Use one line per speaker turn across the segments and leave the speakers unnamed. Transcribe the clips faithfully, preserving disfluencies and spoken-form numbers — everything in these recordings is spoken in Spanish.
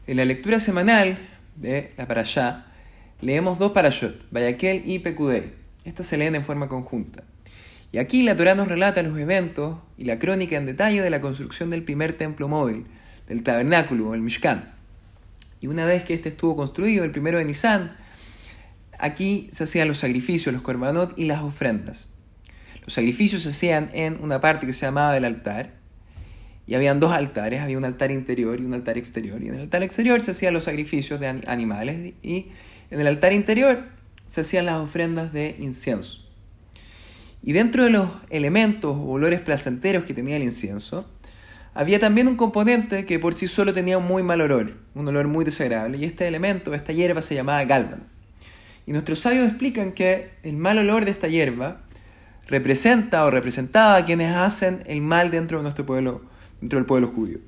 En la lectura semanal de la Parashá leemos dos parashot, Vayakhel y Pekudei. Estas se leen en forma conjunta. Y aquí la Torá nos relata los eventos y la crónica en detalle de la construcción del primer templo móvil, del tabernáculo, el Mishkan. Y una vez que este estuvo construido, el primero de Nisan, aquí se hacían los sacrificios, los korbanot y las ofrendas. Los sacrificios se hacían en una parte que se llamaba el altar, y habían dos altares, había un altar interior y un altar exterior. Y en el altar exterior se hacían los sacrificios de animales, y en el altar interior se hacían las ofrendas de incienso. Y dentro de los elementos o olores placenteros que tenía el incienso, había también un componente que por sí solo tenía un muy mal olor, un olor muy desagradable, y este elemento, esta hierba, se llamaba gálbano. Y nuestros sabios explican que el mal olor de esta hierba representa o representaba a quienes hacen el mal dentro de nuestro pueblo, dentro del pueblo judío.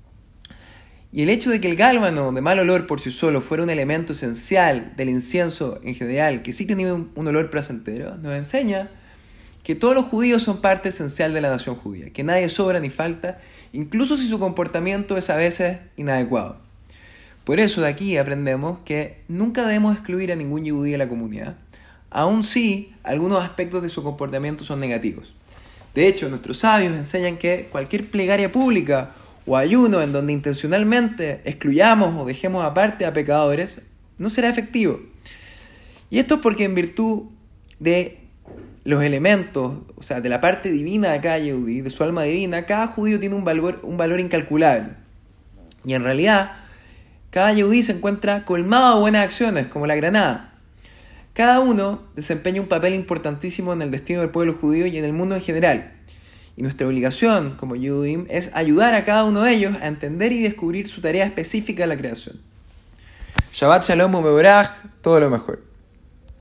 Y el hecho de que el gálbano de mal olor por sí solo fuera un elemento esencial del incienso en general, que sí tenía un, un olor placentero, nos enseña que todos los judíos son parte esencial de la nación judía, que nadie sobra ni falta, incluso si su comportamiento es a veces inadecuado. Por eso de aquí aprendemos que nunca debemos excluir a ningún judío de la comunidad, aun si algunos aspectos de su comportamiento son negativos. De hecho, nuestros sabios enseñan que cualquier plegaria pública o ayuno en donde intencionalmente excluyamos o dejemos aparte a pecadores no será efectivo. Y esto es porque en virtud de los elementos, o sea, de la parte divina de cada judío, de su alma divina, cada judío tiene un valor, un valor incalculable. Y en realidad, cada judío se encuentra colmado de buenas acciones, como la granada. Cada uno desempeña un papel importantísimo en el destino del pueblo judío y en el mundo en general. Y nuestra obligación como Yehudim es ayudar a cada uno de ellos a entender y descubrir su tarea específica en la creación. Shabbat Shalom Umeboraj, todo lo mejor.